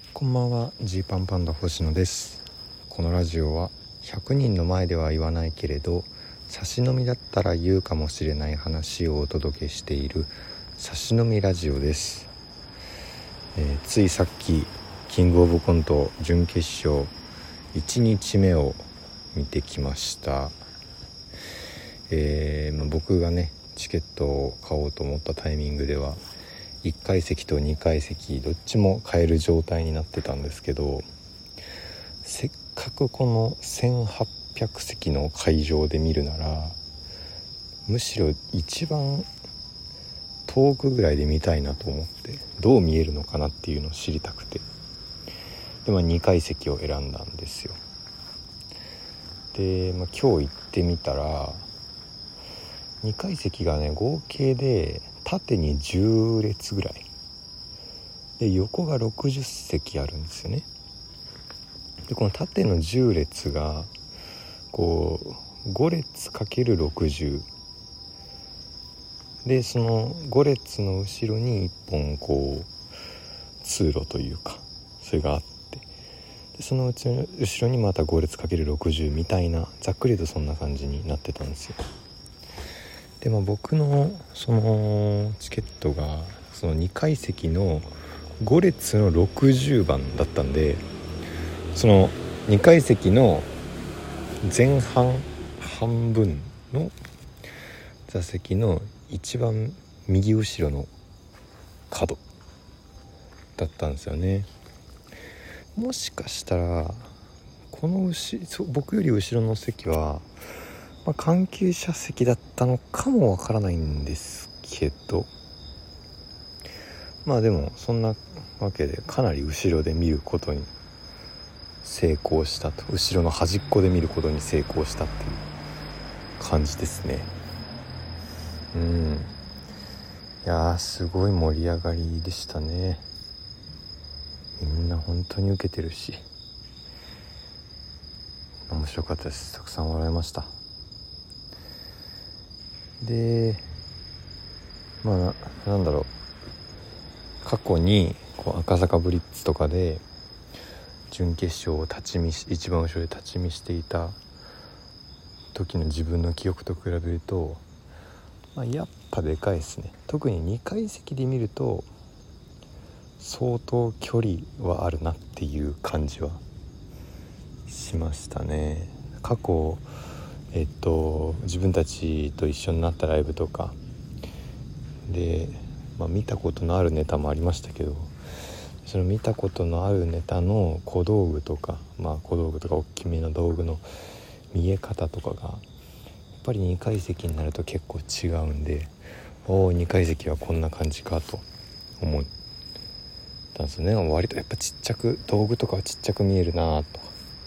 こんばんは、ジーパンパンダ星野です。このラジオは100人の前では言わないけれど差し飲みだったら言うかもしれない話をお届けしている差し飲みラジオです。ついさっきキングオブコント準決勝1日目を見てきました。僕がねチケットを買おうと思ったタイミングでは1階席と2階席どっちも買える状態になってたんですけど、せっかくこの1800席の会場で見るならむしろ一番遠くぐらいで見たいなと思って、どう見えるのかなっていうのを知りたくて、で、2階席を選んだんですよ。で、今日行ってみたら2階席がね合計で縦に10列ぐらいで横が60席あるんですよね。でこの縦の10列がこう5列 ×60 で、その5列の後ろに1本こう通路というかそれがあって、でそのうちの後ろにまた5列 ×60 みたいな、ざっくりとそんな感じになってたんですよ。で僕のそのチケットがその2階席の5列の60番だったんで、その2階席の前半半分の座席の一番右後ろの角だったんですよね。もしかしたらこの僕より後ろの席は関係者席だったのかもわからないんですけど、でもそんなわけでかなり後ろで見ることに成功したと、後ろの端っこで見ることに成功したっていう感じですね。いやーすごい盛り上がりでしたね。みんな本当に受けてるし面白かったです。たくさん笑いました。でなんだろう、過去に赤坂ブリッツとかで準決勝を一番後ろで立ち見していた時の自分の記憶と比べると、やっぱでかいですね。特に2階席で見ると相当距離はあるなっていう感じはしましたね。過去自分たちと一緒になったライブとかで、見たことのあるネタもありましたけど、その見たことのあるネタの小道具とか大きめの道具の見え方とかがやっぱり2階席になると結構違うんで、2階席はこんな感じかと思ったんですよね。割とやっぱ道具とかはちっちゃく見えるなと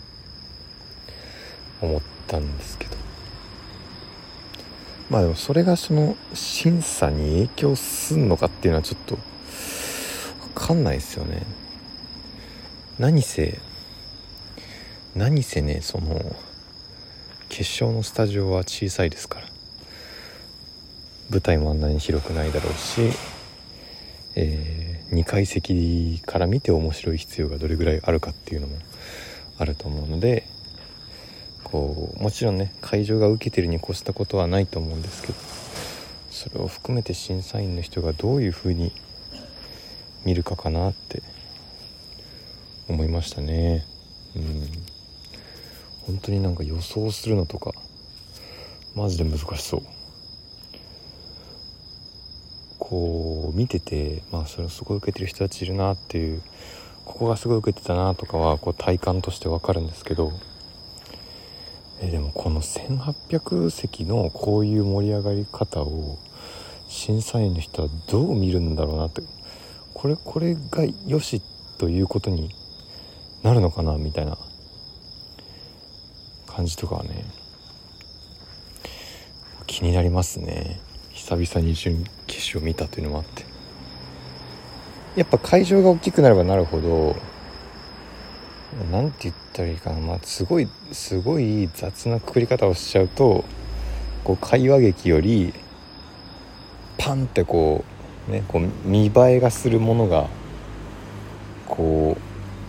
思ったんですけど、でもそれがその審査に影響すんのかっていうのはちょっと分かんないですよね。何せね、その決勝のスタジオは小さいですから、舞台もあんなに広くないだろうし、2階席から見て面白い必要がどれぐらいあるかっていうのもあると思うので、もちろんね会場が受けてるに越したことはないと思うんですけど、それを含めて審査員の人がどういう風に見るかかなって思いましたね。本当に予想するのとかマジで難しそう。見ててそれをすごい受けてる人たちいるなっていう、ここがすごい受けてたなとかは体感としてわかるんですけど、でもこの1800席のこういう盛り上がり方を審査員の人はどう見るんだろうなって、これが良しということになるのかなみたいな感じとかはね気になりますね。久々に準決勝見たというのもあって、やっぱ会場が大きくなればなるほどなんて言ったらいいかな、すごい雑なくくり方をしちゃうと会話劇よりパンって見栄えがするものが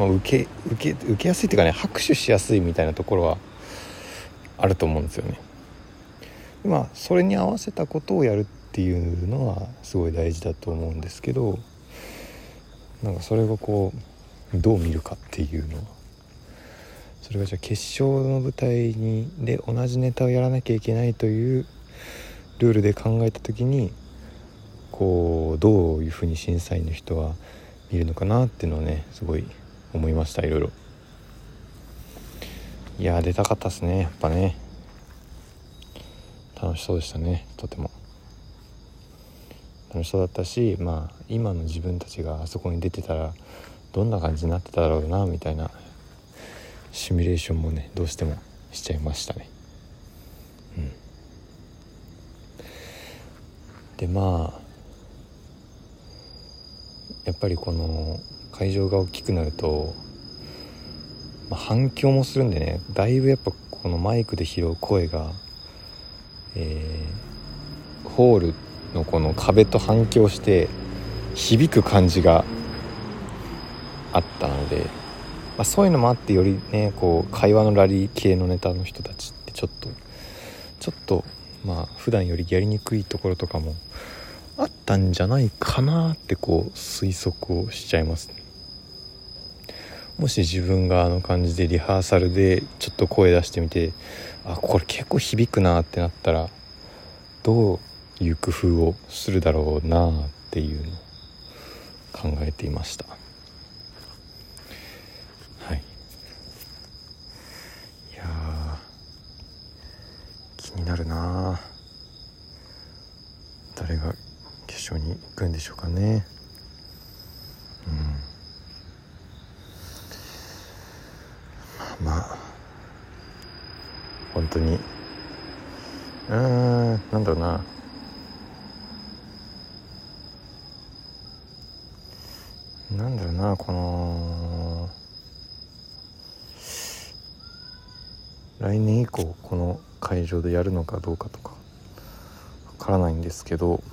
受けやすいっていうかね、拍手しやすいみたいなところはあると思うんですよね。それに合わせたことをやるっていうのはすごい大事だと思うんですけど、それがどう見るかっていうのは、それがじゃあ決勝の舞台で同じネタをやらなきゃいけないというルールで考えた時にどういうふうに審査員の人は見るのかなっていうのはね、すごい思いました。いろいろ出たかったですね。やっぱね楽しそうでしたね。とても楽しそうだったし、今の自分たちがあそこに出てたらどんな感じになってただろうなみたいなシミュレーションもね、どうしてもしちゃいましたね。でやっぱりこの会場が大きくなると、反響もするんでね、だいぶやっぱこのマイクで拾う声が、ホールのこの壁と反響して響く感じがあったので、そういうのもあってよりね会話のラリー系のネタの人たちってちょっと普段よりやりにくいところとかもあったんじゃないかなって推測をしちゃいますね。もし自分があの感じでリハーサルでちょっと声出してみて、これ結構響くなってなったらどういう工夫をするだろうなっていうのを考えていました。気になるな。誰が決勝に行くんでしょうかね。本当になんだろうな、この来年以降この会場でやるのかどうかとかわからないんですけど、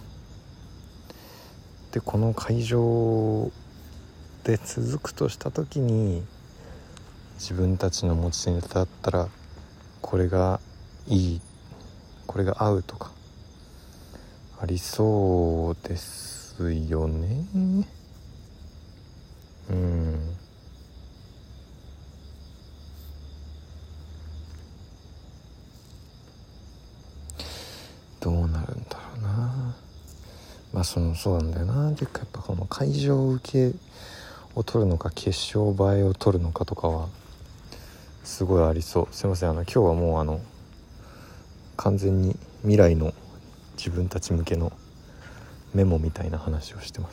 でこの会場で続くとした時に自分たちの持ちネタだったらこれがいい、これが合うとかありそうですよね。どうなるんだろうな。そうなんだよな。でやっぱこの会場受けを取るのか決勝映えを取るのかとかはすごいありそう。すいません、今日はもう完全に未来の自分たち向けのメモみたいな話をしてます。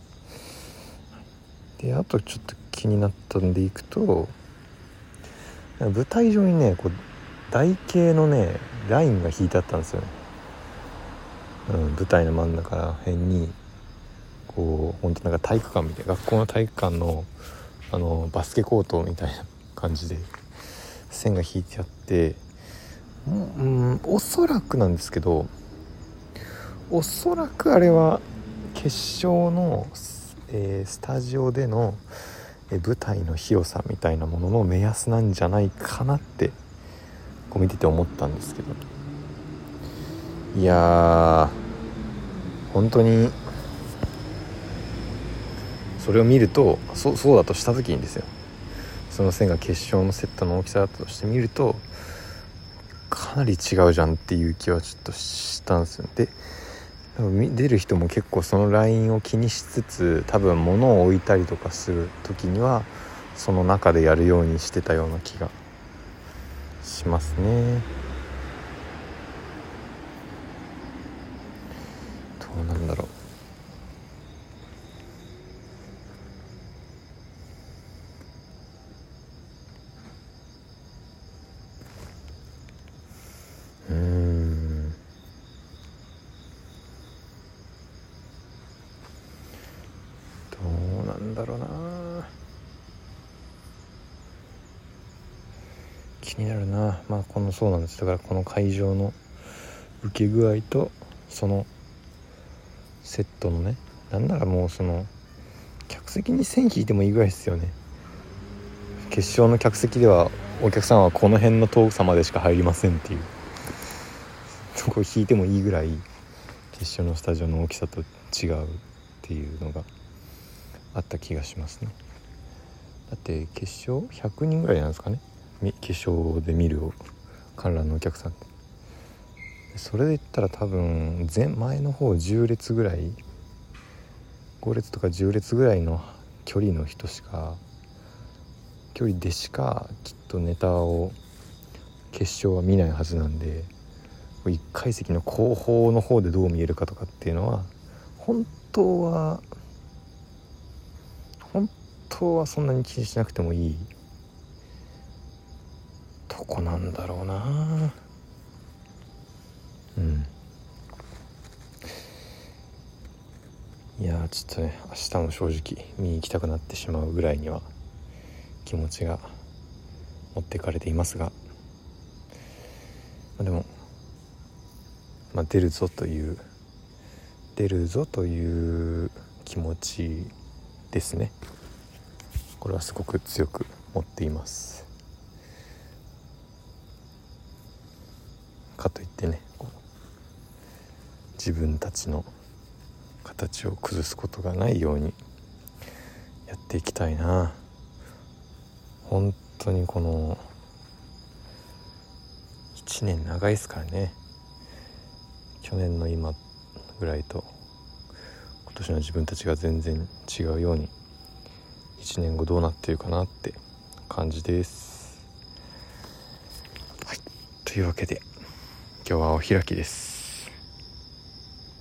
であとちょっと気になったんでいくと、舞台上にね台形のねラインが引いてあったんですよね。舞台の真ん中ら辺に本当体育館みたいな、学校の体育館のバスケコートみたいな感じで線が引いてあって、おそらくなんですけど、おそらくあれは決勝の、スタジオでの舞台の広さみたいなものの目安なんじゃないかなって見てて思ったんですけど、いや本当にそれを見るとそうだとした時にですよ、その線が決勝のセットの大きさだったとして見るとかなり違うじゃんっていう気はちょっとしたんですよ。で出る人も結構そのラインを気にしつつ多分物を置いたりとかする時にはその中でやるようにしてたような気がしますね。どうなんだろう。どうなんだろうな。気になるな。そうなんです。だからこの会場の受け具合とそのセットのね、なんならもうその客席に線引いてもいいぐらいですよね。 決勝の客席ではお客さんはこの辺の遠さまでしか入りませんっていうそこ引いてもいいぐらい決勝のスタジオの大きさと違うっていうのがあった気がしますね。だって決勝100人ぐらいなんですかね、決勝で見る観覧のお客さんって。それで言ったら多分前の方10列ぐらい、5列とか10列ぐらいの距離でしかきっとネタを決勝は見ないはずなんで、1階席の後方の方でどう見えるかとかっていうのは本当はそんなに気にしなくてもいいとこなんだろうな。いやちょっとね、明日も正直見に行きたくなってしまうぐらいには気持ちが持っていかれていますが、でも、出るぞという気持ちですね。これはすごく強く持っています。かといってね、自分たちの形を崩すことがないようにやっていきたいな。本当にこの1年長いですからね。去年の今ぐらいと今年の自分たちが全然違うように1年後どうなっているかなって感じです。はい、というわけで今日はお開きです。